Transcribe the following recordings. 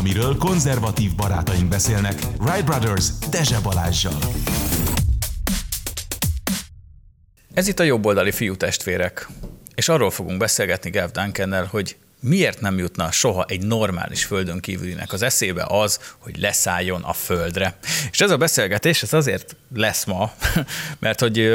amiről konzervatív barátaink beszélnek. Wright Brothers Dezse Balázssal. Ez itt a jobboldali fiútestvérek, és arról fogunk beszélgetni Gav Duncannel, hogy miért nem jutna soha egy normális földön kívülinek az eszébe az, hogy leszálljon a földre. És ez a beszélgetés ez azért lesz ma, mert hogy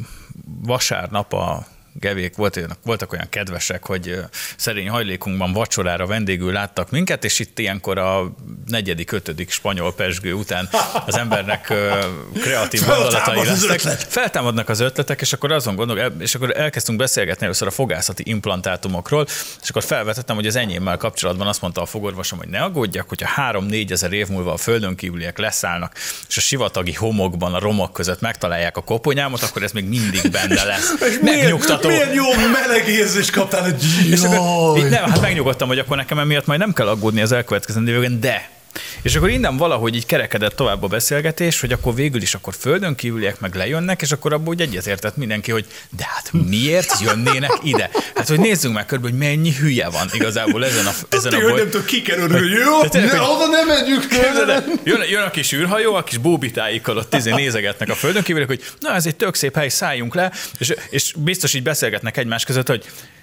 vasárnap a Gevék voltak olyan kedvesek, hogy szerény hajlékunkban vacsorára vendégül láttak minket, és itt ilyenkor a 4., 5. spanyol pezsgő után az embernek kreatív gondolatai lesznek. Feltámadnak az ötletek, és akkor azon gondolok, és akkor elkezdtünk beszélgetni először a fogászati implantátumokról, és akkor felvetettem, hogy az enyémmel kapcsolatban azt mondta a fogorvosom, hogy ne aggódjak, hogyha 3-4 ezer év múlva a földön kívüliek leszállnak, és a sivatagi homokban, a romok között megtalálják a koponyámot, akkor ez még mindig benne lesz. Megnyugtató. Milyen jó meleg érzést kaptál, hogy nem, hát megnyugodtam, hogy akkor nekem emiatt majd nem kell aggódni az elkövetkezendő évben, de. És akkor innen valahogy így kerekedett tovább a beszélgetés, hogy akkor végül is akkor földön kívüliek meg lejönnek, és akkor abból úgy egyetértett mindenki, hogy de hát miért jönnének ide? Hát, hogy nézzünk meg körbe, hogy mennyi hülye van igazából ezen a hogy nem tudom, kikerülni, jó? Oda nem megyünk. Jön a kis űrhajó, a kis bóbitáikkal ott nézegetnek a földön kívüliek, hogy na ez egy tök szép hely, szálljunk le, és biztos így beszélgetnek egymás között, hogy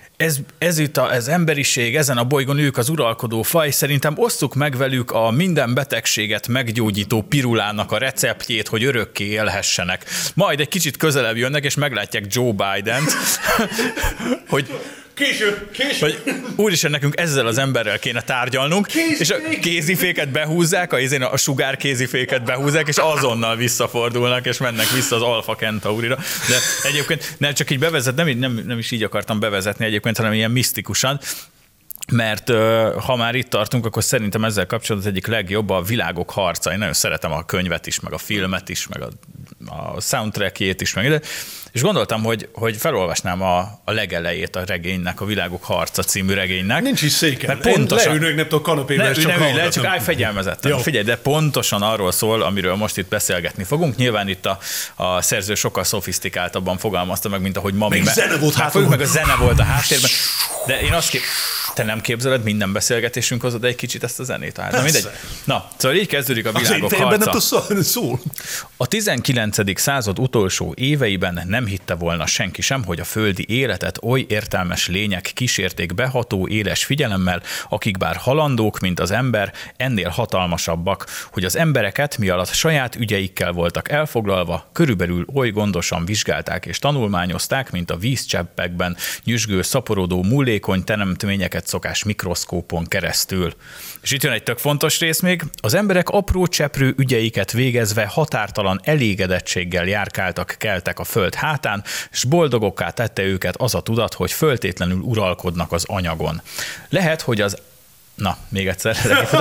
ez itt az emberiség, ezen a bolygón ők az uralkodó faj, szerintem osszuk meg velük a minden betegséget meggyógyító pirulának a receptjét, hogy örökké élhessenek. Majd egy kicsit közelebb jönnek, és meglátják Joe Bident, hogy Késő. Úristen, nekünk ezzel az emberrel kéne tárgyalnunk, és a kéziféket behúzzák, a sugárkéziféket behúzzák, és azonnal visszafordulnak, és mennek vissza az Alpha Centaurira. De egyébként nem csak így nem is így akartam bevezetni egyébként, hanem ilyen misztikusan, mert ha már itt tartunk, akkor szerintem ezzel kapcsolatban az egyik legjobb a Világok harca. Én nagyon szeretem a könyvet is, meg a filmet is, meg a soundtrackjét is, meg ide. És gondoltam, hogy felolvasnám a legelejét a regénynek, a Világok harca című regénynek. Nincs is széken. Mert pontosan, leülök, nem tudom, kanapébe, és csak hallgatom. Csak állj fegyelmezetten. Figyelj, de pontosan arról szól, amiről most itt beszélgetni fogunk. Nyilván itt a szerző sokkal szofisztikáltabban fogalmazta meg, mint ahogy ma még zene volt hátul. Meg a zene volt a háttérben. De én azt te nem képzeled, minden beszélgetésünk hozod egy kicsit ezt a zenét át. Na mindegy. Na, szóval így kezdődik a Világok harca. A 19. század utolsó éveiben nem hitte volna senki sem, hogy a földi életet oly értelmes lények kísérték beható éles figyelemmel, akik bár halandók, mint az ember, ennél hatalmasabbak, hogy az embereket, mi alatt saját ügyeikkel voltak elfoglalva, körülbelül oly gondosan vizsgálták és tanulmányozták, mint a vízcseppekben nyüzsgő, szaporodó, múlékony teremtményeket szokás mikroszkópon keresztül. És itt jön egy tök fontos rész még. Az emberek apró cseprő ügyeiket végezve határtalan elégedettséggel járkáltak, keltek a föld hátán, és boldogokká tette őket az a tudat, hogy föltétlenül uralkodnak az anyagon. Lehet, hogy az... Na, még egyszer,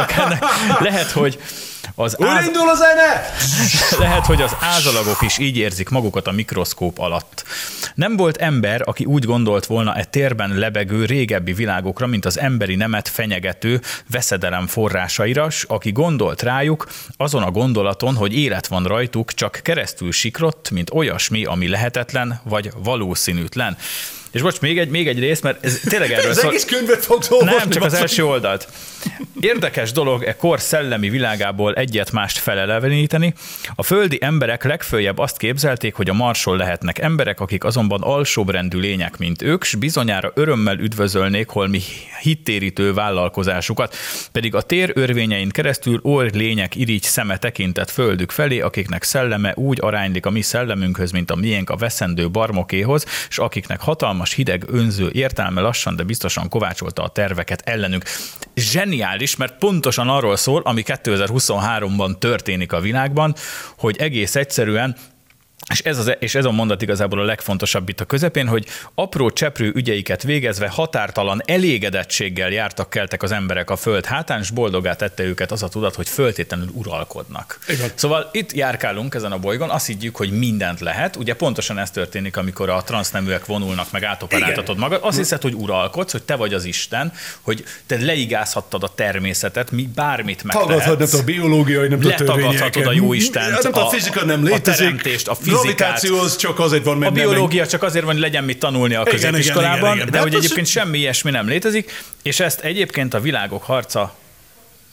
lehet, hogy Úrindul a zene! Lehet, hogy az ázalagok is így érzik magukat a mikroszkóp alatt. Nem volt ember, aki úgy gondolt volna térben lebegő régebbi világokra, mint az emberi nemet fenyegető veszedelem forrásaira, s aki gondolt rájuk, azon a gondolaton, hogy élet van rajtuk, csak keresztül siklott, mint olyasmi, ami lehetetlen vagy valószínűtlen. És bocs, még egy rész, mert ez tényleg erről szól. Egész könyvet fogsz olvasni. Nem, csak az első oldalt. Érdekes dolog kor szellemi világából egyet-mást feleleveníteni. A földi emberek legföljebb azt képzelték, hogy a Marson lehetnek emberek, akik azonban alsóbrendű lények, mint ők, s bizonyára örömmel üdvözölnék holmi hittérítő vállalkozásukat. Pedig a tér örvényein keresztül oly lények irigy szeme tekintett földük felé, akiknek szelleme úgy aránylik a mi szellemünkhöz, mint a miénk a veszendő barmokéhoz, és akiknek hatalmas hideg önző értelme lassan, de biztosan kovácsolta a terveket ellenünk. Zseniális, mert pontosan arról szól, ami 2023-ban történik a világban, hogy egész egyszerűen, és ez a mondat igazából a legfontosabb itt a közepén, hogy apró cseprő ügyeiket végezve határtalan elégedettséggel jártak, keltek az emberek a föld hátán, és boldogá tette őket az a tudat, hogy föltétlenül uralkodnak. Igen. Szóval itt járkálunk ezen a bolygón, azt higgyük, hogy mindent lehet. Ugye pontosan ez történik, amikor a transzneműek vonulnak, meg átoperáltatod magad. Azt hiszed, hogy uralkodsz, hogy te vagy az Isten, hogy te leigázhattad a természetet, bármit megtehetsz. Tagadhatod a biológiai, nem a törvényeket. Letagadhatod a jóistent, a fizika nem létezik, a teremtést, a gravitáció az csak azért van, mert a biológia csak azért van, hogy legyen mit tanulni a középiskolában, de hogy egyébként semmi ilyesmi nem létezik, és ezt egyébként a Világok harca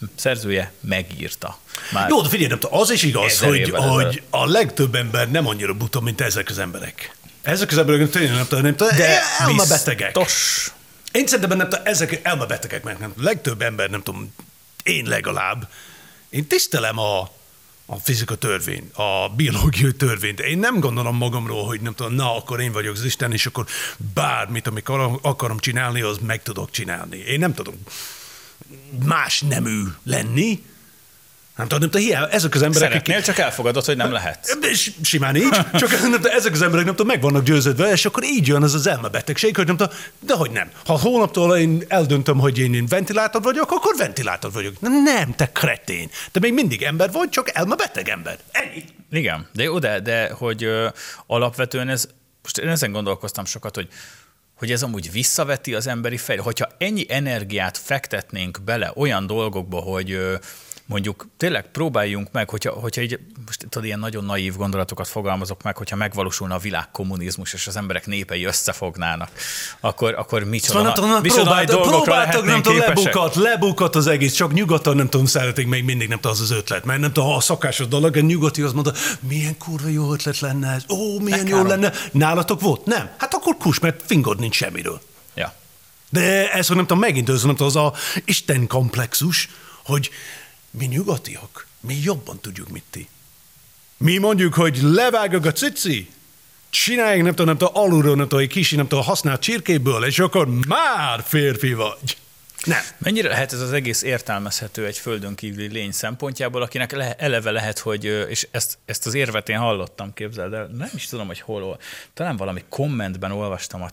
szerzője megírta. Már Jó, de figyelj, nem tudom, az is igaz, 1000 évvel hogy a legtöbb ember nem annyira buta, mint ezek az emberek. Ezek az emberek tényleg nem tudom, elmebetegek. Biztos. Én szerintem nem tudom, ezek elmebetegek, mert nem, legtöbb ember, nem tudom, én legalább, én tisztelem a fizika törvény, a biológiai törvényt. Én nem gondolom magamról, hogy nem tudom, na, akkor én vagyok az Isten, és akkor bármit, amit akarom csinálni, az meg tudok csinálni. Én nem tudom más nemű lenni. Nem tudom, hiába, ezek az emberek... Szeretnél, csak elfogadod, hogy nem lehet. Simán így, csak ezek az emberek nem tudom, meg vannak győződve, és akkor így jön az elmebetegség, hogy nem tudom, de hogy nem. Ha holnaptól én eldöntöm, hogy én ventilátor vagyok, akkor ventilátor vagyok. Nem, te kretén. Te még mindig ember vagy, csak elmebeteg ember. Ennyi. Igen, de jó, de hogy alapvetően ez, most én ezen gondolkoztam sokat, hogy ez amúgy visszaveti az emberi fejre. Hogyha ennyi energiát fektetnénk bele olyan dolgokba, hogy mondjuk tényleg próbáljunk meg, hogyha így, most tudod, ilyen nagyon naív gondolatokat fogalmazok meg, hogyha megvalósulna a világkommunizmus, és az emberek népei összefognának, akkor micsoda nagy dolgokra lehetnénk képesek. Lebukott az egész, csak nyugaton nem tudom, szeretik még mindig nem tudom, az ötlet, mert nem tudom, ha a szakásos dolog, a nyugati az mondta, milyen kurva jó ötlet lenne ez, milyen jó lenne, nálatok volt? Nem. Hát akkor kus, mert fingod nincs semmiről. Ja. De ez, hogy nem tudom, megint az a Isten komplexus, hogy mi nyugatiak, mi jobban tudjuk, mit ti. Mi mondjuk, hogy levágok a cici, csinálják, nem tudom, alulról, nem tudom, egy kis, nem tudom, használt csirkéből, és akkor már férfi vagy. Nem. Mennyire lehet ez az egész értelmezhető egy földön kívüli lény szempontjából, akinek eleve lehet, hogy, és ezt az érvet én hallottam, képzeld el, nem is tudom, hogy hol, talán valami kommentben olvastam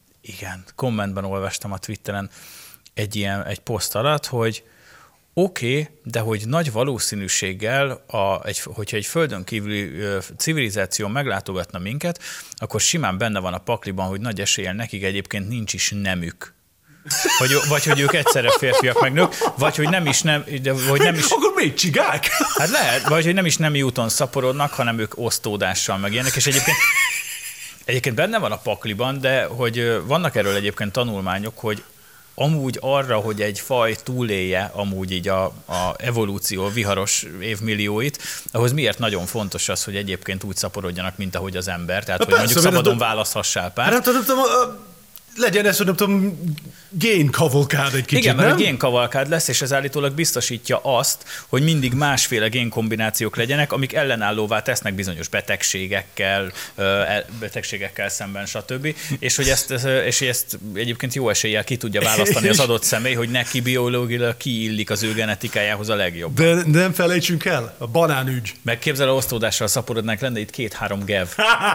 a Twitteren egy poszt alatt, hogy oké, de hogy nagy valószínűséggel, hogyha egy földön kívüli civilizáció meglátogatna minket, akkor simán benne van a pakliban, hogy nagy eséllyel nekik egyébként nincs is nemük. Vagy hogy ők egyszerre férfiak meg nők, vagy hogy nem is... Akkor még csigák? Hát lehet, vagy hogy nem is nemi úton szaporodnak, hanem ők osztódással meg ilyenek, és egyébként benne van a pakliban, de hogy vannak erről egyébként tanulmányok, hogy amúgy arra, hogy egy faj túlélje amúgy így a evolúció viharos évmillióit, ahhoz miért nagyon fontos az, hogy egyébként úgy szaporodjanak, mint ahogy az ember, tehát hogy mondjuk szabadon választhassál párt. Nem tudom, legyen ez, hogy nem tudom, génkavalkád egy kicsit, igen, mert nem? a génkavalkád lesz, és ez állítólag biztosítja azt, hogy mindig másféle génkombinációk legyenek, amik ellenállóvá tesznek bizonyos betegségekkel szemben, stb. És hogy ezt egyébként jó eséllyel ki tudja választani az adott személy, hogy neki biológiailag kiillik az ő genetikájához a legjobb. De nem felejtsünk el, a banánügy. Megképzel, a osztódással szaporodnánk, lenne itt 2-3 gev.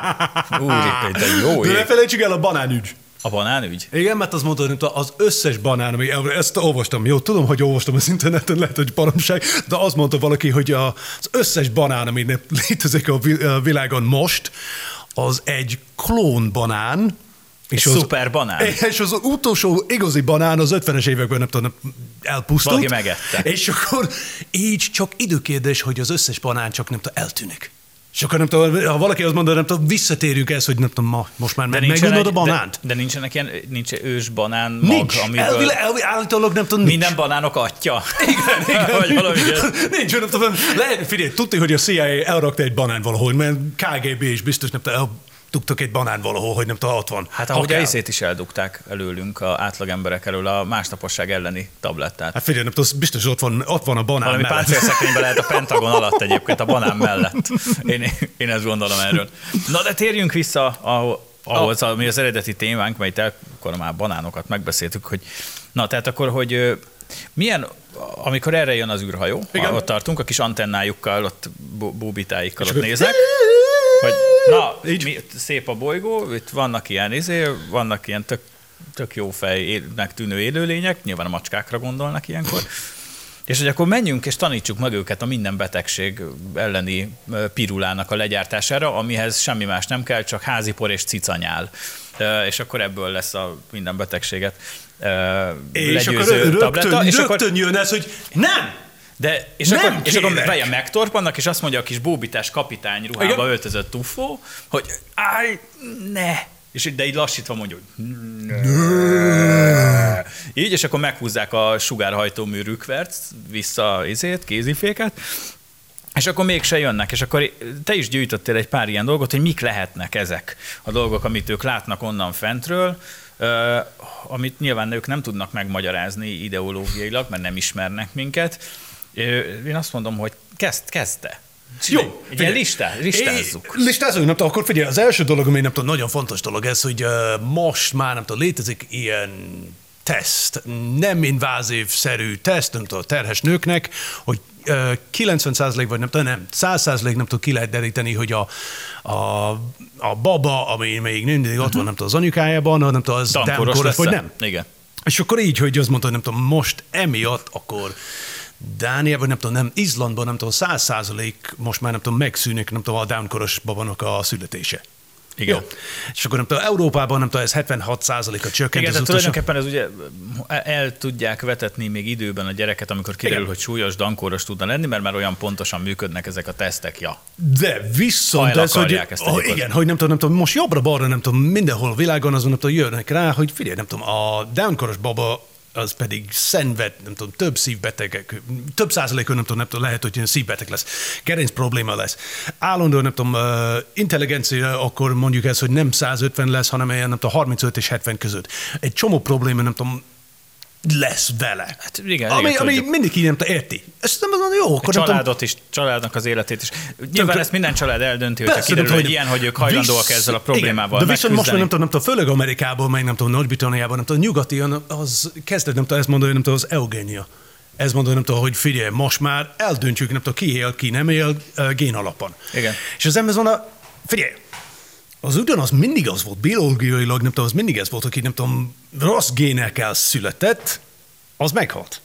Úr, de jó ég. De nem felejtsük el a banánügy. A banánügy? Igen, mert azt mondta, hogy az összes banán, ami ezt olvastam, jó, tudom, hogy olvastam az interneten, lehet, hogy baromság, de azt mondta valaki, hogy az összes banán, ami létezik a világon most, az egy klón banán, és szuper banán. És az utolsó igazi banán az 50-es években nem tudom, elpusztult. Valaki megette. És akkor így csak időkérdés, hogy az összes banán csak nem tudom, eltűnik. És akkor nem tudom, ha valaki azt mondja, nem tudom, visszatérjük ezt, hogy nem tudom, most már megunod a banánt. De nincsenek nincs ős banán mag, amiből... Állítólag nem tudom, minden banánok atya. Igen. Vagy valami. Nincs, nem tudom, figyelj, tudni, hogy a CIA elrakta egy banán valahol, mert KGB is biztos nem tudom, dugtak egy banán valahol, hogy nem tudom, ott van. Hát ahogy a iszét is eldugták előlünk, a átlag emberek elől a másnaposság elleni tablettát. Hát figyelj, nem tudom, biztos ott van a banán valami mellett. Valami páncélszekrényben lehet a Pentagon alatt egyébként, a banán mellett. Én ezt gondolom erről. Na de térjünk vissza ahhoz, ami az eredeti témánk, mert akkor már banánokat megbeszéltük, hogy na tehát akkor, hogy milyen, amikor erre jön az űrhajó, ott tartunk, a kis antennájukkal, ott bóbitáikkal ott néznek, hogy na, szép a bolygó, itt vannak ilyen tök jó fejnek tűnő élőlények, nyilván a macskákra gondolnak ilyenkor, és hogy akkor menjünk és tanítsuk meg őket a minden betegség elleni pirulának a legyártására, amihez semmi más nem kell, csak házipor és cicanyál. És akkor ebből lesz a minden betegséget legyőző tabletta. És rögtön jön ez, hogy nem! És akkor vegyen megtorpannak, és azt mondja a kis bóbitás kapitány ruhába öltözött tufó, hogy állj, ne! de így lassítva mondjuk. Így, és akkor meghúzzák a sugárhajtómű rükvert, vissza kéziféket, és akkor mégse jönnek, és akkor te is gyűjtöttél egy pár ilyen dolgot, hogy mik lehetnek ezek a dolgok, amit ők látnak onnan fentről, amit nyilván ők nem tudnak megmagyarázni ideológiailag, mert nem ismernek minket. Én azt mondom, hogy kezd te. Jó. Listázzuk. Listázzuk, nem tudom, akkor figyelj, az első dolog, ami nem tudom, nagyon fontos dolog ez, hogy most már nem tudom, létezik ilyen teszt, nem invázív-szerű teszt, nem tudom, terhes nőknek, hogy 90% vagy nem tudom, nem, 100% nem tudom, ki lehet deríteni, hogy a baba, ami még mindig ott van, nem tudom, az anyukájában, nem tudom, az Down-koros vagy nem. Igen. És akkor így, hogy azt mondta, nem tudom, most emiatt akkor Dániában, nem tudom, nem, Izlandban, nem tudom, 100% most már nem tudom, megszűnik, nem tudom, a Down-koros babanak a születése. Igen. Jó. És akkor nem tudom, Európában nem tudom, ez 76%-a csökkent. Igen, tulajdonképpen ez ugye el tudják vetetni még időben a gyereket, amikor kiderül, hogy súlyos Down-koros tudna lenni, mert már olyan pontosan működnek ezek a tesztek, ja. De viszont ez, hogy igen, hogy nem tudom, most jobbra-balra, nem tudom, mindenhol a világon azon nem tudom, jönnek rá, hogy figyelj, nem tudom, a Down-koros baba az pedig szenved, nem tudom, több szívbetegek, több százalékon nem tudom, lehet, hogy szívbeteg lesz, gerinc probléma lesz. Állandóan, nem tudom, intelligencia, akkor mondjuk ez, hogy nem 150 lesz, hanem ilyen, nem tudom, 35 és 70 között. Egy csomó probléma, nem tudom, lesz vele. Hát igen, ami mindenki nem érti. Ezt nem az jó. Akkor családot is, családnak az életét is. Nyilván ezt minden család eldönti, hogyha kiderül, hogy ilyen, hogy ők hajlandóak ezzel a problémával. De viszont most nem tudom, főleg Amerikában, meg nem tudom, Nagy-Britanniában, nem tudom, nyugati, az kezdett, nem tudom, ezt mondani, nem tudom, az eugénia. Ez mondani, nem tudom, hogy figyelj, most már eldöntjük, nem tudom, ki él, ki nem él gén alapon. Igen. És az ember mondja, figyelj, az ugyanaz mindig az volt, biológiailag, nem tudom, az mindig ez volt, aki nem tudom, rossz génekkel született, az meghalt.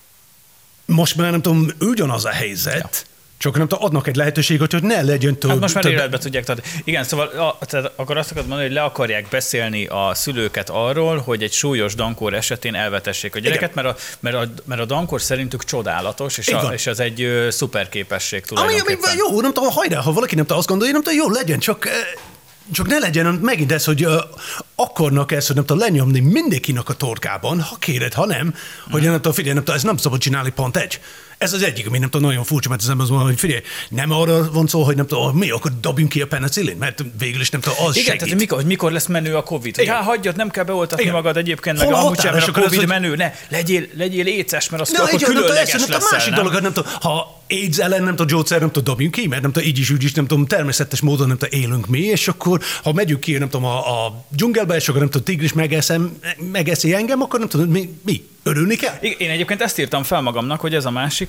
Most már nem tudom, ugyanaz a helyzet, csak nem tudom, adnak egy lehetőséget, hogy ne legyen több. Hát most már életbe tudják tartani. Igen, szóval akkor azt akarod mondani, hogy le akarják beszélni a szülőket arról, hogy egy súlyos Down-kór esetén elvetessék a gyereket, mert a Down-kór szerintük csodálatos, és ez egy szuper képesség tulajdonképpen. Ami jó, nem tudom, hajrá, ha valaki nem tudom, azt gondolja, nem tudom, jó legyen, csak ne legyen megint ez, hogy akarnak ezt, hogy nem tudom, lenyomni mindenkinek a torkában, ha kéred, ha nem, hogy nem tudom, figyelj, nem tudom, ez nem szabad csinálni, pont egy. Ez az egyik, ami nem tudom, nagyon furcsa, mert az ember azt mondja, hogy figyelj, nem arra van szó, hogy nem tudom, mi, akkor dobjunk ki a penicillin, mert végül is nem tudom, az igen, segít. Tehát mikor lesz menő a Covid? Hogy hagyjad, nem kell beoltatni magad egyébként, meg amúgy sem, mert a Covid menő, ne, legyél éces, mert az akkor különleges leszel. Másik dolog, nem tudom, ha AIDS ellen nem tudom, gyógyszer, nem tudom, dobjunk ki, mert nem tudom, így is, úgy is, nem tudom, természetes módon nem tudom, élünk mi, és akkor, ha megyünk ki, nem tudom, a dzsungelbe, és akkor nem tudom, tigris megeszi engem, akkor nem tudom, mi? Örülni kell? Én egyébként ezt írtam fel magamnak, hogy ez a másik,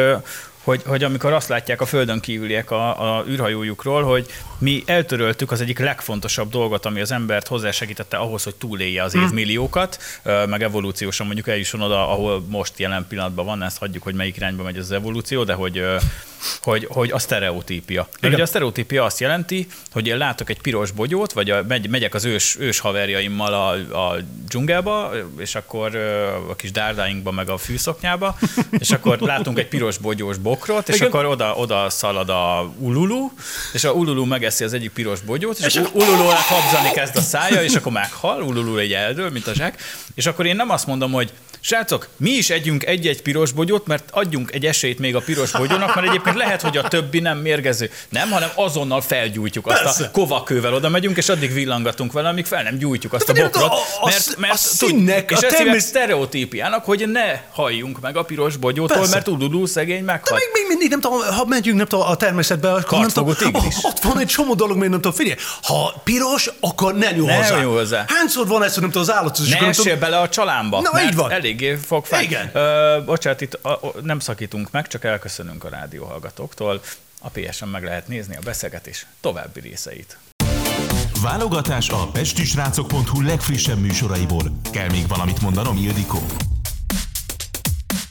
hogy amikor azt látják a földön kívüliek a űrhajójukról, hogy mi eltöröltük az egyik legfontosabb dolgot, ami az embert hozzásegítette ahhoz, hogy túlélje az évmilliókat, meg evolúciósan mondjuk eljusson oda, ahol most jelen pillanatban van, ezt hagyjuk, hogy melyik irányba megy az evolúció, de hogy a sztereotípia. Ugye a sztereotípia azt jelenti, hogy én látok egy piros bogyót, vagy megyek az ős haverjaimmal a dzsungelba, és akkor a kis dárdáinkba, meg a fűszoknyába, és akkor látunk egy piros bogyós bokrot, és akkor oda szalad a Ululu, és a Ululu megeszi az egyik piros bogyót, és Ululunak habzani kezd a szája, és akkor meghal, Ululu egy eldől, mint a zsák, és akkor én nem azt mondom, hogy srácok, mi is együnk egy-egy piros bogyót, mert adjunk egy esélyt még a piros bogyónak, mert egyébként lehet, hogy a többi nem mérgező. Nem, hanem azonnal felgyújtjuk azt a kovakővel, oda megyünk, és addig villangatunk vele, amíg fel nem gyújtjuk azt a bokrot. És ezt hívják sztereotípiának, hogy ne halljunk meg a piros bogyótól, mert Ululu szegény meghal. De még mindig nem tudom, ha megyünk nem tudom, a természetbe, akkor ott van egy csomó dolog, még nem tudom, figyelj, ha piros, akkor ne nyúl hozzá. Hányszor van ez, hogy nem tudom, az állatos? Ne essél bele a csalámba. Na, így van. Eléggé fog fel. Igen. Bocsánat, itt nem szakítunk meg, csak elköszönünk a rádióhallgatóktól. A PS-en meg lehet nézni a beszélgetés további részeit. Válogatás a pestisrácok.hu legfrissebb műsoraiból. Kell még valamit mondanom, Ildikó?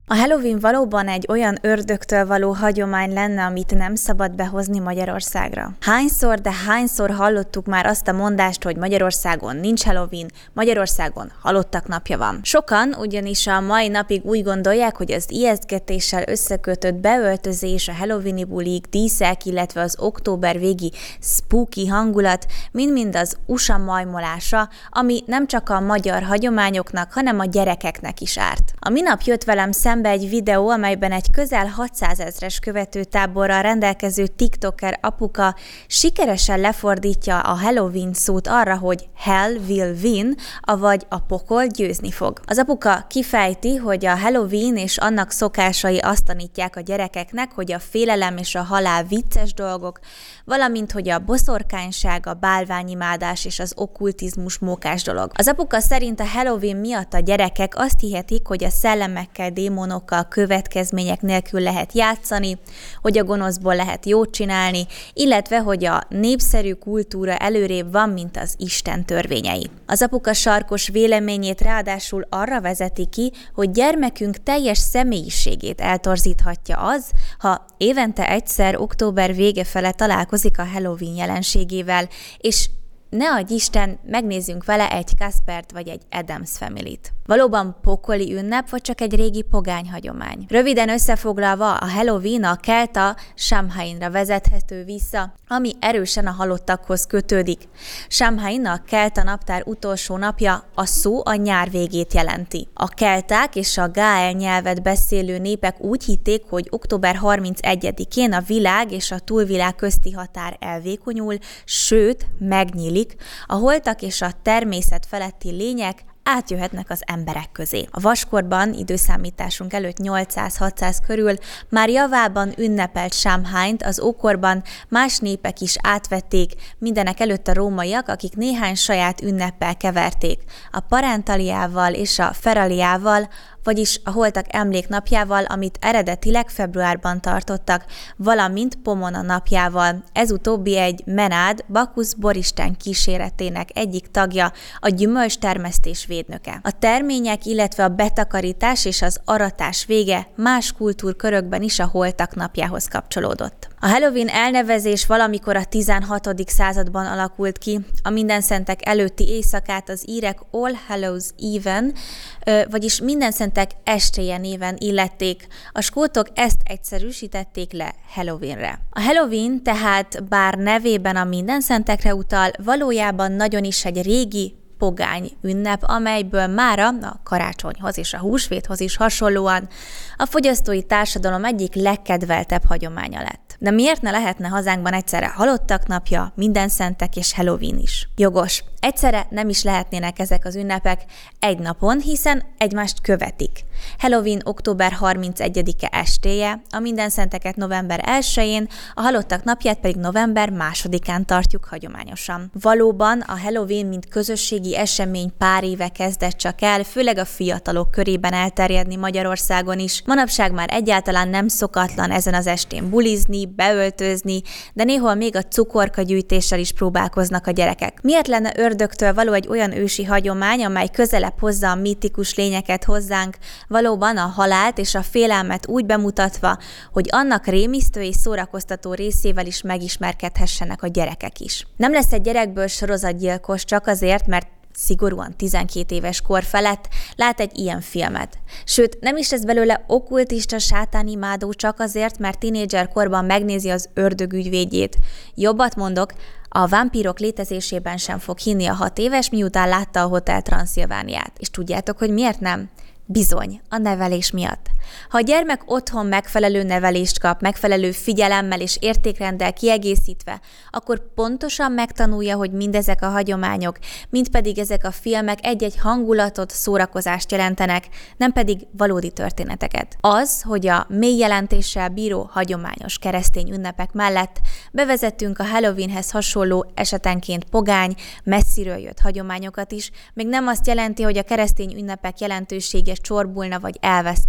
A Halloween valóban egy olyan ördögtől való hagyomány lenne, amit nem szabad behozni Magyarországra. Hányszor hallottuk már azt a mondást, hogy Magyarországon nincs Halloween, Magyarországon halottak napja van. Sokan ugyanis a mai napig úgy gondolják, hogy az ijesztgetéssel összekötött beöltözés, a halloweeni bulik, díszek, illetve az október végi spooky hangulat mind-mind az USA majmolása, ami nem csak a magyar hagyományoknak, hanem a gyerekeknek is árt. A minap jött velem szembe egy videó, amelyben egy közel 600 000-es követőtáborral rendelkező TikToker apuka sikeresen lefordítja a Halloween szót arra, hogy Hell will win, avagy a pokol győzni fog. Az apuka kifejti, hogy a Halloween és annak szokásai azt tanítják a gyerekeknek, hogy a félelem és a halál vicces dolgok, valamint, hogy a boszorkányság, a bálványimádás és az okkultizmus mókás dolog. Az apuka szerint a Halloween miatt a gyerekek azt hihetik, hogy a szellemekkel, démonokkal, következmények nélkül lehet játszani, hogy a gonoszból lehet jót csinálni, illetve, hogy a népszerű kultúra előrébb van, mint az Isten törvényei. Az apuka sarkos véleményét ráadásul arra vezeti ki, hogy gyermekünk teljes személyiségét eltorzíthatja az, ha évente egyszer október vége fele találkozik a Halloween jelenségével, és ne adj Isten, megnézzünk vele egy Kaspert vagy egy Addams Family-t. Valóban pokoli ünnep, vagy csak egy régi pogány hagyomány? Röviden összefoglalva, a Halloween a kelta Samhainra vezethető vissza, ami erősen a halottakhoz kötődik. Samhain, a kelta naptár utolsó napja, a szó a nyár végét jelenti. A kelták és a gael nyelvet beszélő népek úgy hitték, hogy október 31-én a világ és a túlvilág közti határ elvékonyul, sőt, megnyílik, a holtak és a természet feletti lények átjöhetnek az emberek közé. A vaskorban, időszámításunk előtt 800-600 körül már javában ünnepelt Samhaint, az ókorban más népek is átvették, mindenek előtt a rómaiak, akik néhány saját ünneppel keverték. A Parentaliával és a Feraliával, vagyis a holtak emléknapjával, amit eredetileg februárban tartottak, valamint Pomona napjával. Ez utóbbi egy Menád, Bakusz boristen kíséretének egyik tagja, a gyümölcstermesztés védnöke. A termények, illetve a betakarítás és az aratás vége más kultúrkörökben is a holtak napjához kapcsolódott. A Halloween elnevezés valamikor a 16. században alakult ki. A mindenszentek előtti éjszakát az írek All Hallows Even, vagyis mindenszentek estéje néven illették. A skótok ezt egyszerűsítették le Halloweenre. A Halloween tehát bár nevében a mindenszentekre utal, valójában nagyon is egy régi pogány ünnep, amelyből mára a karácsonyhoz és a húsvéthoz is hasonlóan a fogyasztói társadalom egyik legkedveltebb hagyománya lett. De miért ne lehetne hazánkban egyszerre halottak napja, mindenszentek és Halloween is? Jogos. Egyszerre nem is lehetnének ezek az ünnepek egy napon, hiszen egymást követik. Halloween október 31-e estéje, a mindenszenteket november 1-én, a halottak napját pedig november 2-án tartjuk hagyományosan. Valóban a Halloween, mint közösségi esemény pár éve kezdett csak el, főleg a fiatalok körében elterjedni Magyarországon is. Manapság már egyáltalán nem szokatlan ezen az estén bulizni, beöltözni, de néhol még a cukorkagyűjtéssel is próbálkoznak a gyerekek. Miért lenne ördögtől való egy olyan ősi hagyomány, amely közelebb hozza a mítikus lényeket hozzánk, valóban a halált és a félelmet úgy bemutatva, hogy annak rémisztő és szórakoztató részével is megismerkedhessenek a gyerekek is. Nem lesz egy gyerekből sorozatgyilkos csak azért, mert szigorúan 12 éves kor felett lát egy ilyen filmet. Sőt, nem is lesz belőle okkultista sátánimádó csak azért, mert tínédzser korban megnézi az ördög ügyvédjét. Jobbat mondok, a vámpírok létezésében sem fog hinni a 6 éves, miután látta a Hotel Transzilvániát. És tudjátok, hogy miért nem? Bizony, a nevelés miatt. Ha a gyermek otthon megfelelő nevelést kap, megfelelő figyelemmel és értékrenddel kiegészítve, akkor pontosan megtanulja, hogy mindezek a hagyományok, mind pedig ezek a filmek egy-egy hangulatot, szórakozást jelentenek, nem pedig valódi történeteket. Az, hogy a mély jelentéssel bíró hagyományos keresztény ünnepek mellett bevezettünk a Halloweenhez hasonló, esetenként pogány, messziről jött hagyományokat is, még nem azt jelenti, hogy a keresztény ünnepek jelentősége csorbulna vagy elveszne,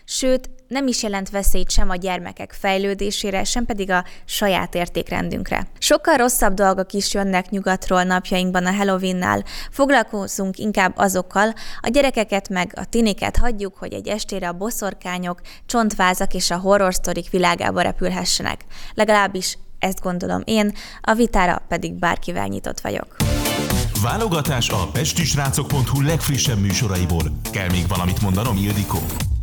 sőt, nem is jelent veszélyt sem a gyermekek fejlődésére, sem pedig a saját értékrendünkre. Sokkal rosszabb dolgok is jönnek nyugatról napjainkban a Halloweennál. Foglalkozunk inkább azokkal, a gyerekeket meg a tiniket hagyjuk, hogy egy estére a boszorkányok, csontvázak és a horror sztorik világába repülhessenek. Legalábbis ezt gondolom én, a vitára pedig bárkivel nyitott vagyok. Válogatás a pestisrácok.hu legfrissebb műsoraiból. Kell még valamit mondanom, Ildikó?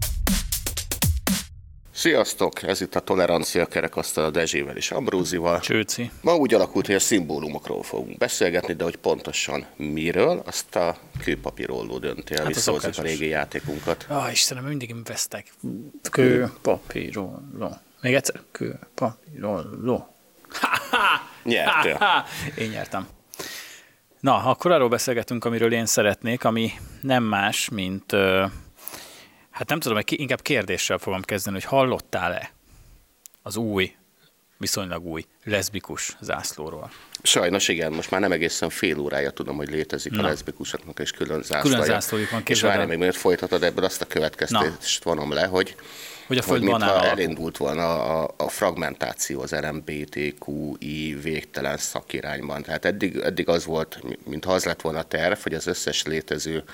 Sziasztok! Ez itt a Tolerancia Kerekasztal Dezsével és Ambrózival. Csőci. Ma úgy alakult, hogy a szimbólumokról fogunk beszélgetni, de hogy pontosan miről, azt a kőpapírolló dönti el, visszahozzuk a régi játékunkat. Istenem, mindig vesztek. Kőpapírolló. Még egyszer. Kőpapírolló. Nyertél. Én nyertem. Na, akkor arról beszélgetünk, amiről én szeretnék, ami nem más, mint... Hát nem tudom, inkább kérdéssel fogom kezdeni, hogy hallottál-e az új, viszonylag új leszbikus zászlóról? Sajnos igen, most már nem egészen fél órája tudom, hogy létezik a leszbikusoknak és külön zászlója. Külön zászlójuk van, és várj még, mielőtt folytatod, ebből azt a következtetést vonom le, hogy a föld mintha elindult volna a fragmentáció az LMBTQI végtelen szakirányban. Tehát eddig az volt, mintha az lett volna a terv, hogy az összes létező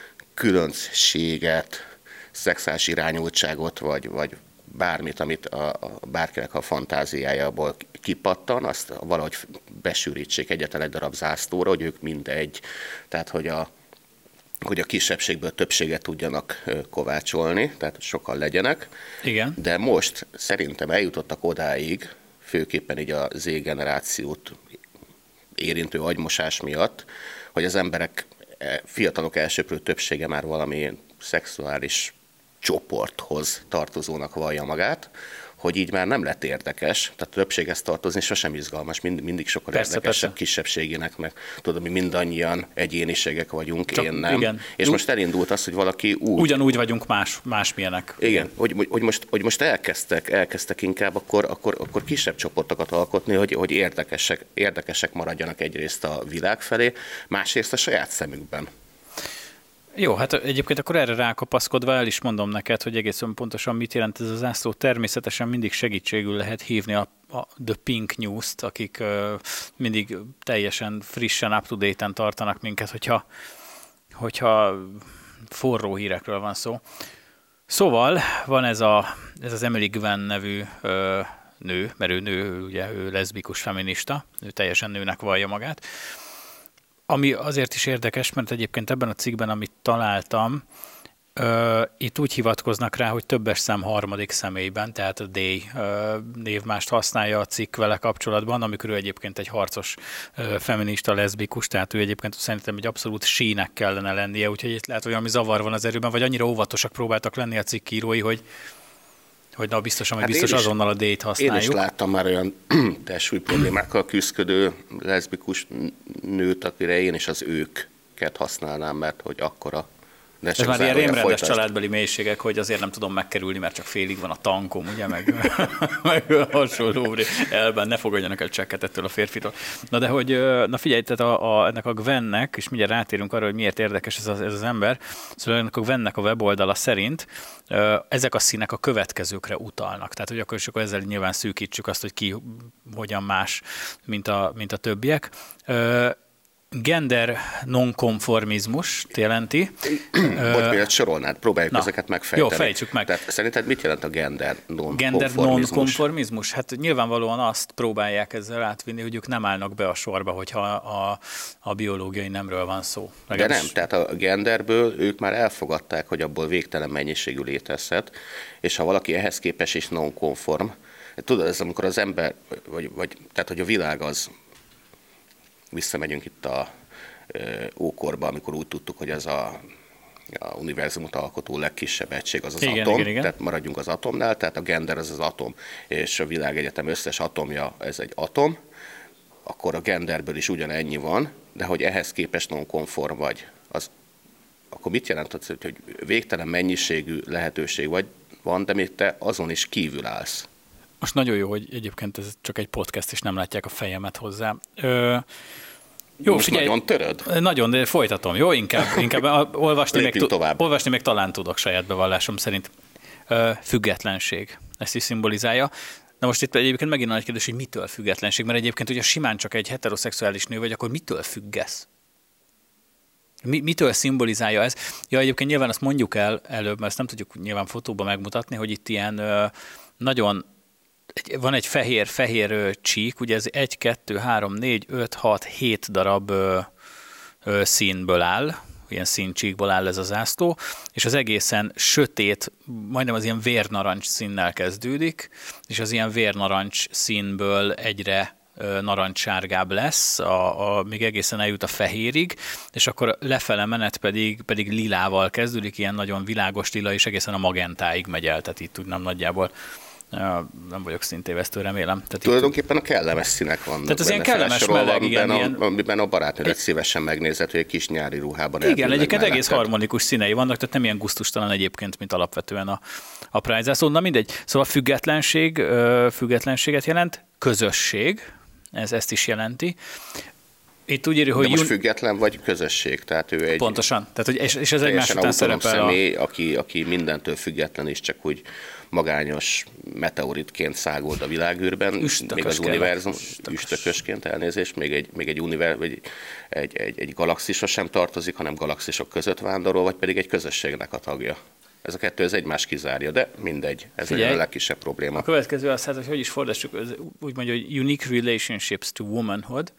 különbséget, szexuális irányultságot, vagy bármit, amit bárkinek a fantáziájából kipattan, azt valahogy besűrítsék egyetlen egy darab zászlóra, hogy ők mindegy, tehát hogy a kisebbségből többséget tudjanak kovácsolni, tehát sokan legyenek. Igen. De most szerintem eljutottak odáig, főképpen így a Z-generációt érintő agymosás miatt, hogy az emberek, fiatalok elsöprő többsége már valami szexuális csoporthoz tartozónak vallja magát, hogy így már nem lett érdekes, tehát többséghez tartozni sosem izgalmas, mindig sokkal érdekesebb kisebbségének, meg tudom, mi mindannyian egyéniségek vagyunk, csak én nem. Igen. És most elindult az, hogy valaki ugyanúgy vagyunk másmilyenek. Igen, hogy most elkezdtek inkább akkor kisebb csoportokat alkotni, hogy érdekesek maradjanak egyrészt a világ felé, másrészt a saját szemükben. Jó, hát egyébként akkor erre rákapaszkodva el is mondom neked, hogy egészen pontosan mit jelent ez a zászló. Természetesen mindig segítségül lehet hívni a The Pink News-t, akik mindig teljesen frissen, up-to-date-en tartanak minket, hogyha forró hírekről van szó. Szóval van ez az Emily Gwenn nevű nő, mert ő nő, ugye ő leszbikus feminista, ő teljesen nőnek vallja magát. Ami azért is érdekes, mert egyébként ebben a cikkben, amit találtam, itt úgy hivatkoznak rá, hogy többes szám harmadik személyben, tehát a they névmást használja a cikk vele kapcsolatban, amikor ő egyébként egy harcos feminista leszbikus, tehát ő egyébként szerintem egy abszolút sínek kellene lennie, úgyhogy itt lehet, hogy valami zavar van az erőben, vagy annyira óvatosak próbáltak lenni a cikkírói, hogy na biztos azonnal a they-t használjuk. Én is láttam már olyan testsúly problémákkal küzdködő leszbikus nőt, akire én is az őket használnám, mert hogy akkora... Ez már ilyen rémrendes családbeli mélységek, hogy azért nem tudom megkerülni, mert csak félig van a tankom, ugye, meg hasonló, elben ne fogadjanak el csekket ettől a férfitől. Na de hogy, na figyelj, tehát ennek a Gwennek, és mindjárt rátérünk arra, hogy miért érdekes ez az ember, szóval ennek a Gwennek a weboldala szerint ezek a színek a következőkre utalnak. Tehát, hogy akkor ezzel nyilván szűkítsük azt, hogy ki hogyan más, mint a többiek. Gender nonkonformizmus jelenti. Bocs, miért sorolnád? Próbáljuk ezeket megfejteni. Jó, fejtsük meg. Tehát szerinted mit jelent a gender nonkonformizmus? Gender nonkonformizmus? Hát nyilvánvalóan azt próbálják ezzel átvinni, hogy ők nem állnak be a sorba, hogyha a biológiai nemről van szó. De nem, tehát a genderből ők már elfogadták, hogy abból végtelen mennyiségű létezhet, és ha valaki ehhez képes és nonkonform, tudod, ez amikor az ember, vagy tehát hogy a világ az, visszamegyünk itt a ókorba, amikor úgy tudtuk, hogy ez a univerzumot alkotó legkisebb egység az atom, igen. Tehát maradjunk az atomnál, tehát a gender az atom, és a világegyetem összes atomja ez egy atom, akkor a genderből is ugyanennyi van, de hogy ehhez képest nonkonform vagy, akkor mit jelent, hogy végtelen mennyiségű lehetőség van, de még te azon is kívül állsz? Most nagyon jó, hogy egyébként ez csak egy podcast, és nem látják a fejemet hozzá. Jó, most figyelj, nagyon töröd? Nagyon, de folytatom, jó? Inkább olvasni még talán tudok saját bevallásom szerint. függetlenség. Ezt is szimbolizálja. Na most itt egyébként megint nagy kérdés, hogy mitől függetlenség, mert egyébként ugye simán csak egy heteroszexuális nő vagy, akkor mitől függesz? Mitől szimbolizálja ez? Ja, egyébként nyilván azt mondjuk el előbb, mert ezt nem tudjuk nyilván fotóban megmutatni, hogy itt ilyen nagyon, van egy fehér csík, ugye ez 1, 2, 3, 4, 5, 6, 7 darab színből áll, ilyen színcsíkból áll ez a zászló, és az egészen sötét, majdnem az ilyen vérnarancs színnel kezdődik, és az ilyen vérnarancs színből egyre narancssárgább lesz, még egészen eljut a fehérig, és akkor lefele menet pedig lilával kezdődik, ilyen nagyon világos lila, és egészen a magentáig megy el, tehát itt tudnám nagyjából. Nem vagyok szintévesztő, remélem. Tehát tulajdonképpen a kellemes színek vannak. Tehát az ilyen kellemes meleg, amiben a barátnődet szívesen megnézed, hogy egy kis nyári ruhában. Igen, egyébként egész harmonikus színei vannak, tehát nem ilyen gusztustalan egyébként, mint alapvetően a Pride zászló. Na mindegy. Szóval függetlenséget jelent, közösség, ezt is jelenti. Itt úgy írja, hogy... De most független vagy közösség, tehát ő egy... Pontosan, tehát, és ez egymás után szerepel személy, aki mindentől független is, csak úgy magányos meteoritként száguld a világűrben, még az univerzum üstökösként, elnézést, még egy galaxisra sem tartozik, hanem galaxisok között vándorol, vagy pedig egy közösségnek a tagja. Ez a kettő ez egymást kizárja, de mindegy, ez a legkisebb probléma. A következő az, hát, hogy is fordítsuk, úgy mondja, hogy unique relationships to womanhood,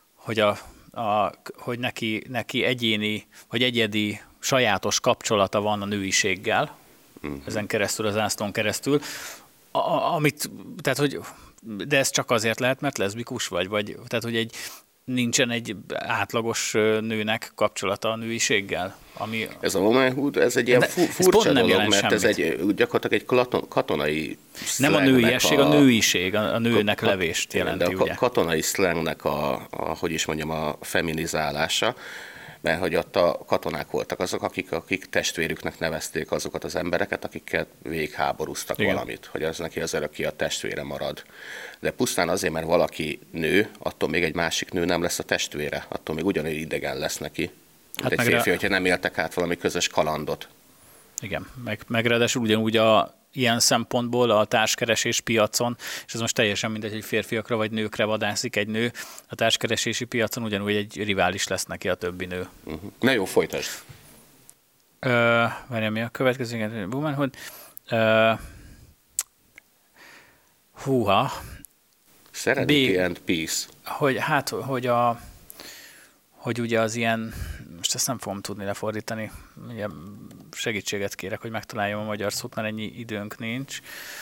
hogy neki egyéni, vagy egyedi sajátos kapcsolata van a nőiséggel, ezen keresztül, az zászlón keresztül, tehát, hogy, de ez csak azért lehet, mert leszbikus vagy tehát, hogy nincsen egy átlagos nőnek kapcsolata a nőiséggel. Ez a womanhood, ez egy ilyen furcsa dolog, mert ez gyakorlatilag egy katonai nem a nőiesség, a nőiség, a nőnek levést jelenti, ugye? A katonai szlengnek a feminizálása, mert hogy ott a katonák voltak azok, akik testvérüknek nevezték azokat az embereket, akikkel végigháborúztak valamit, hogy az neki az örökké a testvére marad. De pusztán azért, mert valaki nő, attól még egy másik nő nem lesz a testvére, attól még ugyanúgy idegen lesz neki. Hát egy férfi, hogyha nem éltek át valami közös kalandot. Igen, meg ráadásul ugyanúgy ilyen szempontból a társkeresés piacon, és ez most teljesen mindegy, hogy férfiakra vagy nőkre vadászik egy nő, a társkeresési piacon ugyanúgy egy rivális lesz neki a többi nő. Na jó, folytasd. Várjál, mi a következő? Womanhood. Húha. Serenity and Peace. Hogy ugye az ilyen, most ezt nem fogom tudni lefordítani, ugye segítséget kérek, hogy megtaláljam a magyar szót, mert ennyi időnk nincs.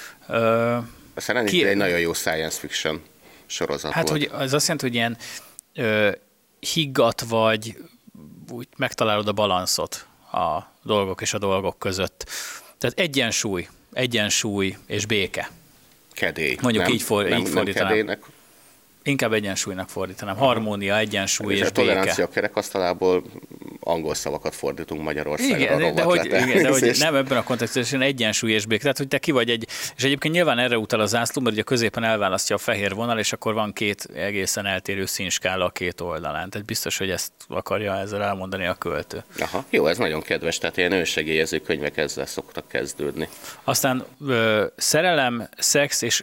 A Serenity egy nagyon jó science fiction sorozat hát, volt. Hogy az azt jelenti, hogy ilyen higgadt vagy úgy megtalálod a balanszot a dolgok és a dolgok között. Tehát egyensúly és béke. Kedély. Mondjuk így fordítanám. Kedélynek. Inkább egyensúlynak fordítanám. Harmónia, egyensúly és béke. A tolerancia kerekasztalából angol szavakat fordítunk Magyarországra. Igen, de hogy nem ebben a kontextusban egyensúly és béke. Tehát, hogy te ki vagy és egyébként nyilván erre utal a zászló, mert ugye a középen elválasztja a fehér vonal, és akkor van két egészen eltérő színskála a két oldalán. Tehát biztos, hogy ezt akarja ezzel elmondani a költő. Aha, jó, ez nagyon kedves, tehát ilyen önsegélyező könyvek ezzel szoktak kezdődni. Aztán szerelem, szex és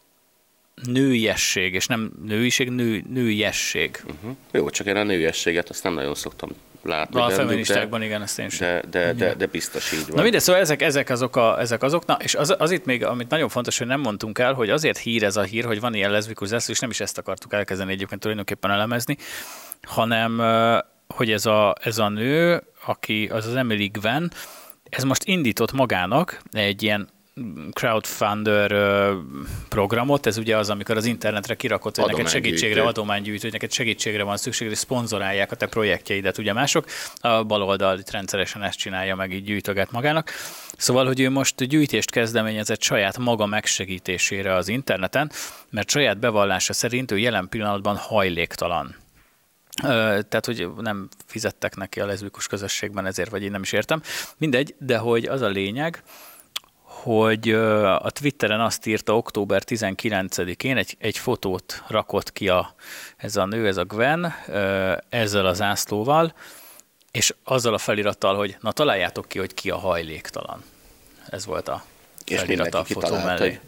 nőiesség, és nem nőiség, nőiesség. Jó, csak én a nőiességet azt nem nagyon szoktam látni. A feministákban igen, ezt én sem. De biztos így van. Na mindegy, szóval ezek azok, na, és az itt még, amit nagyon fontos, hogy nem mondtunk el, hogy azért ez a hír, hogy van ilyen leszbikus zászló, és nem is ezt akartuk elkezdeni egyébként tulajdonképpen elemezni, hanem hogy ez a nő, aki az Emily Gwen, ez most indított magának egy ilyen crowdfunder programot, ez ugye az, amikor az internetre kirakott, hogy neked segítségre, adománygyűjtő, hogy neked segítségre van szükség, hogy szponzorálják a te projektjeidet, ugye mások. A baloldal itt rendszeresen ezt csinálja, meg így gyűjtöget magának. Szóval, hogy ő most gyűjtést kezdeményezett saját maga megsegítésére az interneten, mert saját bevallása szerint ő jelen pillanatban hajléktalan. Tehát, hogy nem fizettek neki a leszbikus közösségben ezért, vagy én nem is értem. Mindegy, de hogy az a lényeg, hogy a Twitteren azt írta október 19-én, egy fotót rakott ki ez a nő, ez a Gwen, ezzel a zászlóval, és azzal a felirattal, hogy na találjátok ki, hogy ki a hajléktalan. Ez volt és mindenki kitalálta, hogy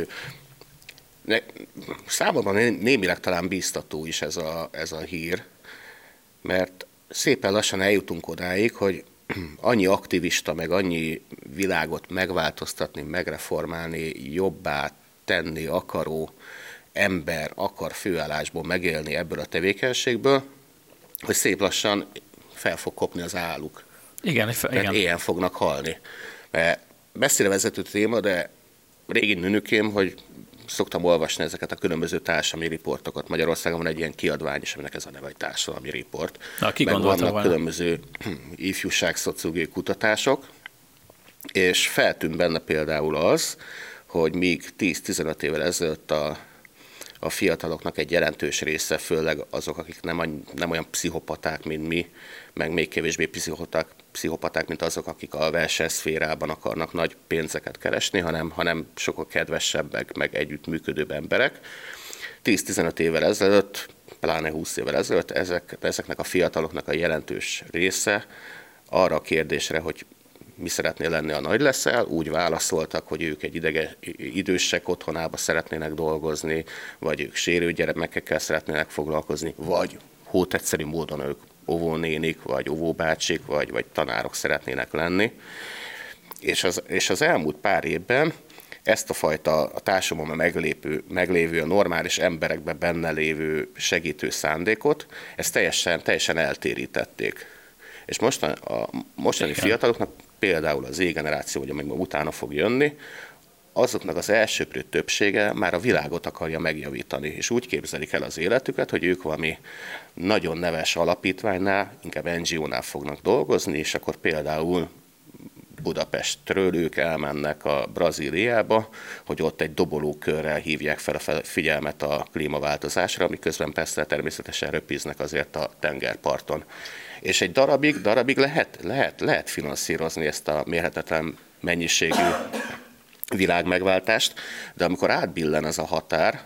számomra némileg talán bíztató is ez a hír, mert szépen lassan eljutunk odáig, hogy annyi aktivista, meg annyi világot megváltoztatni, megreformálni, jobbá tenni akaró ember akar főállásból megélni ebből a tevékenységből, hogy szép lassan fel fog kopni az álluk. Igen. Éhen fognak halni. Messzire vezető téma, de régi nőnökém, hogy szoktam olvasni ezeket a különböző társadalmi riportokat. Magyarországon van egy ilyen kiadvány is, aminek ez a neve, hogy társadalmi riport. Meg vannak különböző ifjúságszociológiai kutatások, és feltűnt benne például az, hogy míg 10-15 évvel ezelőtt a fiataloknak egy jelentős része, főleg azok, akik nem olyan pszichopaták, mint mi, meg még kevésbé pszichopaták, mint azok, akik a versenyszférában akarnak nagy pénzeket keresni, hanem sokkal kedvesebbek, meg együttműködőbb emberek. 10-15 évvel ezelőtt, pláne 20 évvel ezelőtt ezeknek a fiataloknak a jelentős része arra a kérdésre, hogy mi szeretnél lenni, a nagy leszel, úgy válaszoltak, hogy ők egy idősek otthonába szeretnének dolgozni, vagy ők sérült gyermekekkel szeretnének foglalkozni, vagy hótegyszerű módon ők óvónénik, vagy óvóbácsik, vagy tanárok szeretnének lenni. És az elmúlt pár évben ezt a fajta a társadalomban meglévő a normális emberekben benne lévő segítő szándékot, ezt teljesen eltérítették. És a mostani fiataloknak, például az Z-generáció, vagy amíg utána fog jönni, azoknak az elsöprő többsége már a világot akarja megjavítani, és úgy képzelik el az életüket, hogy ők valami nagyon neves alapítványnál, inkább NGO-nál fognak dolgozni, és akkor például Budapestről ők elmennek a Brazíliába, hogy ott egy dobolókörrel hívják fel a figyelmet a klímaváltozásra, miközben persze természetesen röpiznek azért a tengerparton. És egy darabig lehet finanszírozni ezt a mérhetetlen mennyiségű világmegváltást, de amikor átbillen ez a határ,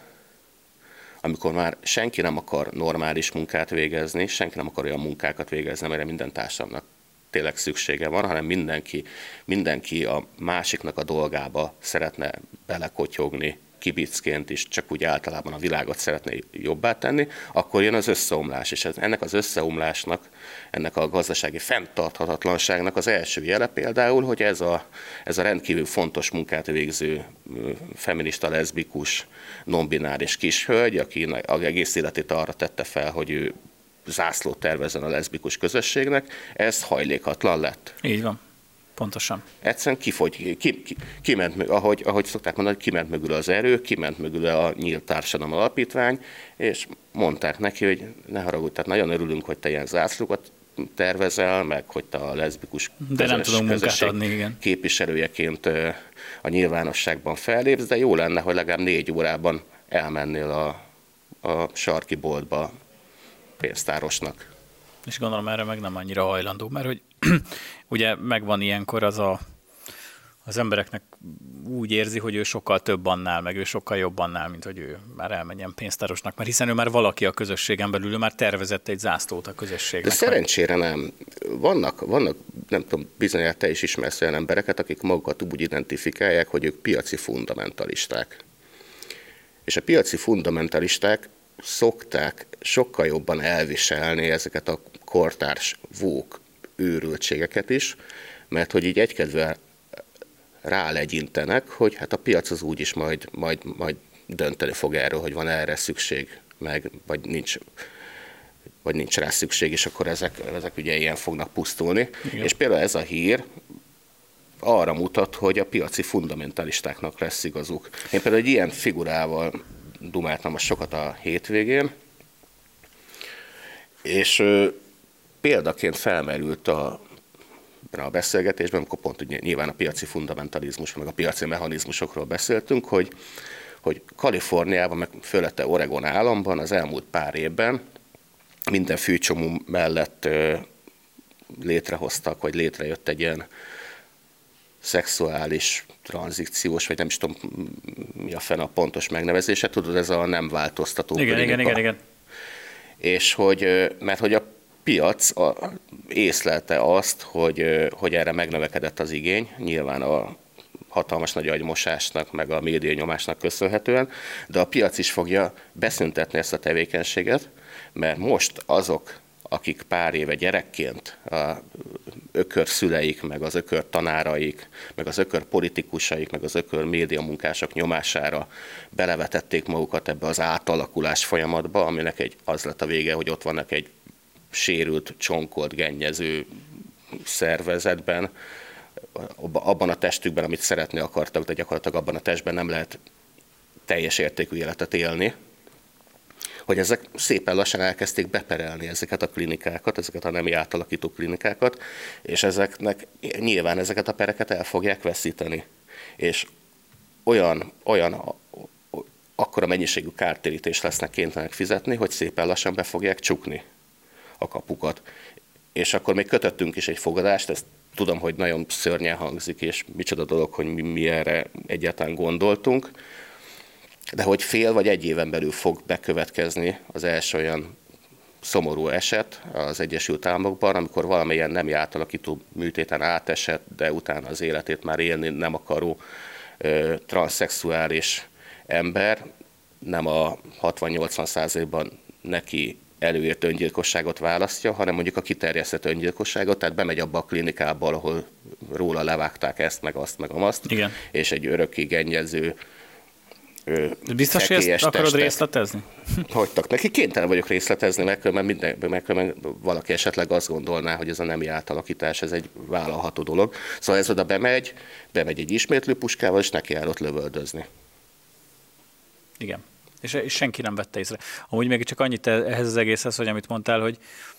amikor már senki nem akar normális munkát végezni, senki nem akar olyan munkákat végezni, amire minden társadalomnak tényleg szüksége van, hanem mindenki a másiknak a dolgába szeretne belekotyogni, kibicként is, csak úgy általában a világot szeretné jobbá tenni, akkor jön az összeomlás. És ennek az összeomlásnak, ennek a gazdasági fenntarthatatlanságnak az első jele például, hogy ez a rendkívül fontos munkát végző feminista, leszbikus, non-bináris kishölgy, aki egész életét arra tette fel, hogy ő zászlót tervezzen a leszbikus közösségnek, ez hajlékatlan lett. Így van. Pontosan. Egyszerűen kiment, ahogy szokták mondani, kiment mögül az erő, kiment mögül a Nyílt Társadalom Alapítvány, és mondták neki, hogy ne haragudj, tehát nagyon örülünk, hogy te ilyen zászlókat tervezel, meg hogy te a leszbikus közösség képviselőjeként a nyilvánosságban fellépsz, de jó lenne, hogy legalább 4 órában elmennél a sarki boltba pénztárosnak. És gondolom erre meg nem annyira hajlandó, mert hogy ugye megvan ilyenkor az embereknek úgy érzi, hogy ő sokkal több annál, meg ő sokkal jobb annál, mint hogy ő már elmenjen pénztárosnak, mert hiszen ő már valaki a közösségen belül, ő már tervezett egy zászlót a közösségnek. De szerencsére nem. Vannak, nem tudom, bizonyára te is ismersz olyan embereket, akik magukat úgy identifikálják, hogy ők piaci fundamentalisták. És a piaci fundamentalisták szokták sokkal jobban elviselni ezeket a kortárs vók őrültségeket is, mert hogy így egykedve rálegyintenek, hogy hát a piac az úgyis majd dönteni fog erről, hogy van erre szükség, vagy nincs rá szükség, és akkor ezek ugye ilyen fognak pusztulni. Igen. És például ez a hír arra mutat, hogy a piaci fundamentalistáknak lesz igazuk. Én például egy ilyen figurával dumáltam most sokat a hétvégén, és példaként felmerült a beszélgetésben, amikor pont ugye, nyilván a piaci fundamentalizmus, meg a piaci mechanizmusokról beszéltünk, hogy Kaliforniában, meg fölötte Oregon államban az elmúlt pár évben minden fűcsomó mellett létrehoztak, vagy létrejött egy ilyen szexuális tranzíciós, vagy nem is tudom, mi a fene a pontos megnevezése, tudod, ez a nem változtató. Igen. És mert hogy a piac észlelte azt, hogy erre megnövekedett az igény, nyilván a hatalmas nagy agymosásnak, meg a média nyomásnak köszönhetően, de a piac is fogja beszüntetni ezt a tevékenységet, mert most azok, akik pár éve gyerekként a ökörszüleik, meg az ökör tanáraik, meg az ökör politikusaik, meg az ökör médiamunkások nyomására belevetették magukat ebbe az átalakulás folyamatba, aminek az lett a vége, hogy ott vannak egy sérült, csonkolt, gennyező szervezetben, abban a testükben, amit szeretni akartak, de gyakorlatilag abban a testben nem lehet teljes értékű életet élni, hogy ezek szépen lassan elkezdték beperelni ezeket a klinikákat, ezeket a nemi átalakító klinikákat, és ezeknek nyilván ezeket a pereket el fogják veszíteni. És akkora mennyiségű kártérítést lesznek kénytelenek fizetni, hogy szépen lassan be fogják csukni a kapukat. És akkor még kötöttünk is egy fogadást, ezt tudom, hogy nagyon szörnyen hangzik, és micsoda dolog, hogy mi erre egyáltalán gondoltunk, de hogy fél vagy egy éven belül fog bekövetkezni az első olyan szomorú eset az Egyesült Államokban, amikor valamilyen nemi átalakító műtéten átesett, de utána az életét már élni nem akaró transzszexuális ember nem a 60-80%-ban neki előírt öngyilkosságot választja, hanem mondjuk a kiterjesztett öngyilkosságot, tehát bemegy abba a klinikába, ahol róla levágták ezt, meg azt, meg azt, igen. És egy örökké gennyező biztos, hogy ezt akarod részletezni? Hagytak neki. Kénytelen vagyok részletezni, mert különben valaki esetleg azt gondolná, hogy ez a nemi átalakítás, ez egy vállalható dolog. Szóval ez oda bemegy egy ismétlőpuskával, és neki áll ott lövöldözni. Igen. És senki nem vette észre. Amúgy még csak annyit ehhez az egészhez, hogy amit mondtál, hogy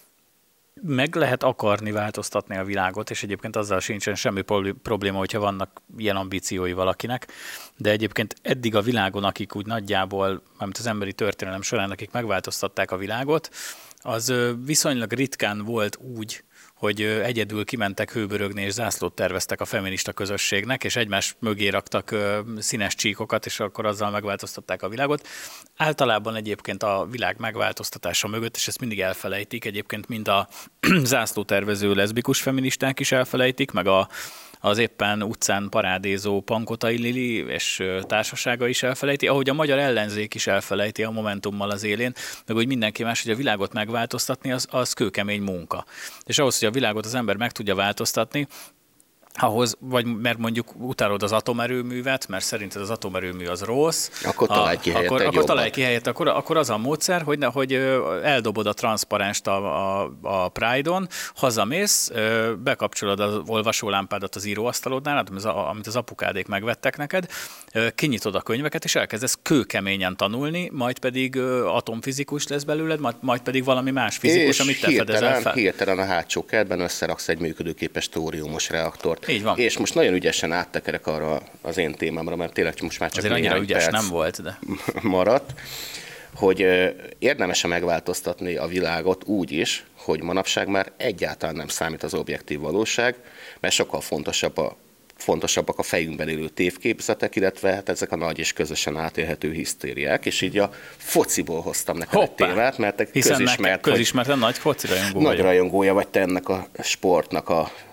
meg lehet akarni változtatni a világot, és egyébként azzal sincsen semmi probléma, hogyha vannak ilyen ambíciói valakinek, de egyébként eddig a világon, akik úgy nagyjából, mármint az emberi történelem során, akik megváltoztatták a világot, az viszonylag ritkán volt úgy, hogy egyedül kimentek hőbörögni és zászlót terveztek a feminista közösségnek, és egymás mögé raktak színes csíkokat, és akkor azzal megváltoztatták a világot. Általában egyébként a világ megváltoztatása mögött, és ezt mindig elfelejtik, egyébként mind a zászlótervező leszbikus feministák is elfelejtik, meg az éppen utcán parádézó Pankotai Lili és társasága is elfelejti, ahogy a magyar ellenzék is elfelejti a Momentummal az élén, meg hogy mindenki más, hogy a világot megváltoztatni, az kőkemény munka. És ahhoz, hogy a világot az ember meg tudja változtatni, ahhoz, vagy mert mondjuk utálod az atomerőművet, mert szerinted az atomerőmű az rossz, akkor találj ki helyett akkor az a módszer, hogy eldobod a transzparenst a Pride-on, hazamész, bekapcsolod az olvasólámpádat az íróasztalodnál, amit az apukádék megvettek neked, kinyitod a könyveket, és elkezdesz kőkeményen tanulni, majd pedig atomfizikus lesz belőled, majd pedig valami más fizikus, amit te fedezel fel. Hirtelen a hátsó kertben összeraksz egy működőképes tóriumos reaktort. Így van. És most nagyon ügyesen áttekerek arra az én témámra, mert tényleg most már csak néhány ügyes nem volt, de maradt, hogy érdemes megváltoztatni a világot úgy is, hogy manapság már egyáltalán nem számít az objektív valóság, mert sokkal fontosabbak a fejünkben élő tévképzetek, illetve hát ezek a nagy és közösen átélhető hisztériák, és így a fociból hoztam neked egy témát, mert te közismerten nagy foci rajongó nagy rajongója vagy te ennek a sportnak.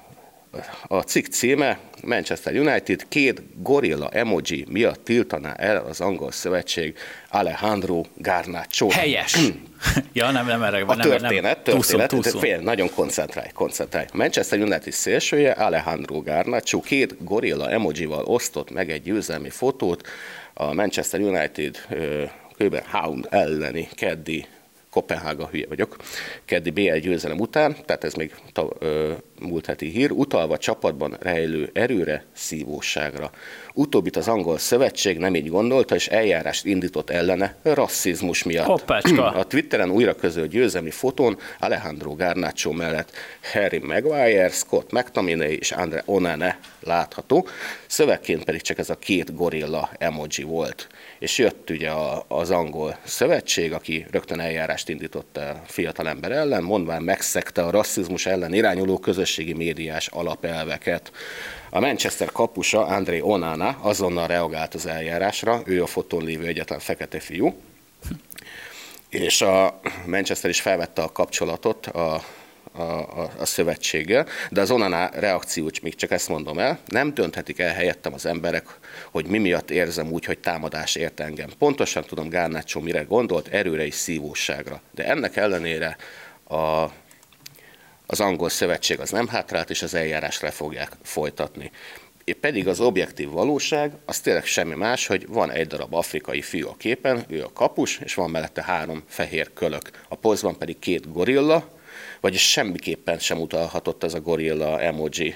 A cikk címe Manchester United 2 gorilla emoji miatt tiltaná el az angol szövetség Alejandro Garnacho. Helyes! Ja, nem erre van. A történet, nagyon koncentrálj. A Manchester United szélsője Alejandro Garnacho 2 gorilla emojival osztott meg egy győzelmi fotót a Manchester United kb. Hound elleni keddi Kopenhága, hülye vagyok, keddi BL győzelem után, tehát ez még múlt heti hír, utalva csapatban rejlő erőre, szívóságra. Utóbbit az angol szövetség nem így gondolta, és eljárást indított ellene rasszizmus miatt. Hoppácska. A Twitteren újra közölt győzelmi fotón Alejandro Garnacho mellett Harry Maguire, Scott McTominay és Andre Onana látható, szövegként pedig csak ez a 2 gorilla emoji volt. És jött ugye az angol szövetség, aki rögtön eljárást indított a fiatalember ellen, mondván megszegte a rasszizmus ellen irányuló közösségi médiás alapelveket. A Manchester kapusa, Andre Onana azonnal reagált az eljárásra, ő a fotón lévő egyetlen fekete fiú, és a Manchester is felvette a kapcsolatot a a szövetséggel, de az Onana reakció, még csak ezt mondom el, nem dönthetik el helyettem az emberek, hogy mi miatt érzem úgy, hogy támadás ért engem. Pontosan tudom Garnacho mire gondolt, erőre és szívóságra. De ennek ellenére az angol szövetség az nem hátrált, és az eljárás le fogják folytatni. Pedig az objektív valóság, az tényleg semmi más, hogy van egy darab afrikai fiú a képen, ő a kapus, és van mellette 3 fehér kölök. A pozban pedig 2 gorilla, vagyis semmiképpen sem utalhatott ez a gorilla emoji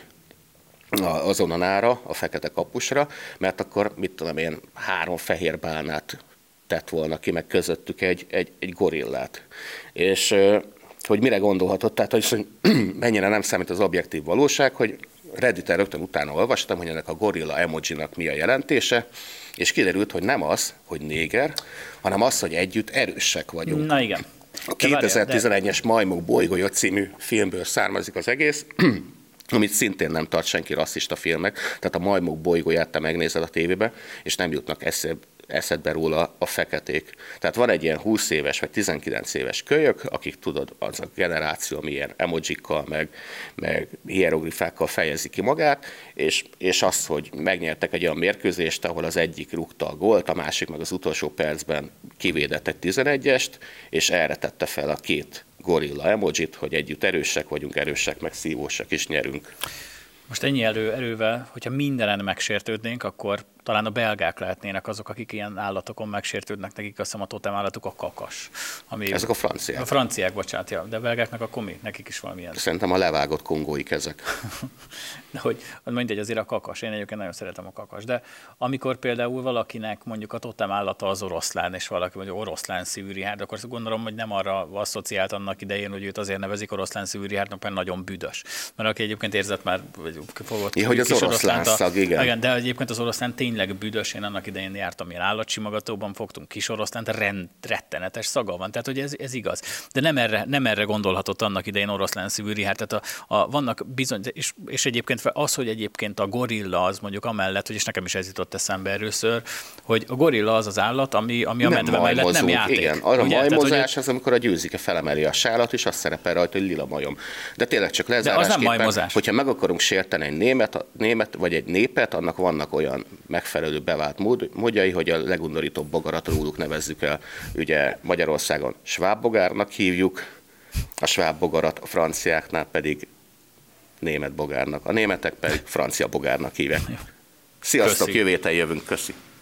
az Onanára, a fekete kapusra, mert akkor, mit tudom én, 3 fehér bálnát tett volna ki, meg közöttük egy gorillát. És hogy mire gondolhatott, tehát hogy mennyire nem számít az objektív valóság, hogy Redditen rögtön utána olvastam, hogy ennek a gorilla emojinak mi a jelentése, és kiderült, hogy nem az, hogy néger, hanem az, hogy együtt erősek vagyunk. Na igen. A 2011-es Majmok bolygója című filmből származik az egész, amit szintén nem tart senki rasszista filmnek, tehát a Majmok bolygóját te megnézed a tévébe, és nem jutnak eszedbe róla a feketék. Tehát van egy ilyen 20 éves vagy 19 éves kölyök, akik tudod, az a generáció, ami ilyen emojikkal, meg hieroglifákkal fejezi ki magát, és az, hogy megnyertek egy olyan mérkőzést, ahol az egyik rúgta a gólt, a másik meg az utolsó percben kivédett egy 11-est, és erre tette fel a 2 gorilla emojit, hogy együtt erősek vagyunk, erősek meg szívósak is nyerünk. Most ennyi erővel, hogyha mindenen megsértődnénk, akkor talán a belgák lehetnének azok, akik ilyen állatokon megsértődnek, nekik azt hiszem a totem állatuk a kakas. Ezek a franciák. A franciák, bocsánat, ja, de a belgáknak akkor mi? Nekik is valamilyen. Szerintem a levágott kongói kezek. De hogy mindegy, azért a kakas. Én egyébként nagyon szeretem a kakas. De amikor például valakinek mondjuk a totem állata az oroszlán, és valaki mondjuk oroszlán szívű rihárd, akkor gondolom, hogy nem arra asszociált annak idején, hogy őt azért nevezik oroszlán szívű rihárdnak, mert nagyon büdös. Mert aki egyébként érzett már, vagy fogott hogy az oroszlán szag, igen. De egyébként az oroszlán tényleg büdös. Én annak idején jártam ilyen állatsimogatóban, fogtunk kis oroszlánt, rettenetes szaga van. Tehát, hogy ez igaz. De nem erre gondolhatott annak idején oroszlán szívű rihárd. Tehát vannak bizony, és egyébként az, hogy egyébként a gorilla az mondjuk amellett, hogy és nekem is ez jutott eszembe először, hogy a gorilla az az állat, ami a medve mellett nem játék. Igen, arra a majmozás az, amikor a győzike felemeli a sálat, és azt szerepel rajta, hogy lila majom. De tényleg csak lezárásképpen, hogyha meg akarunk sérteni egy német vagy egy népet, annak vannak olyan megfelelő bevált módjai, hogy a legundorítóbb bogarat róluk nevezzük el. Ugye Magyarországon sváb bogárnak hívjuk, a sváb bogarat, a franciáknál pedig német bogárnak, a németek pedig francia bogárnak hívják. Sziasztok, jövő héten jövünk, köszi!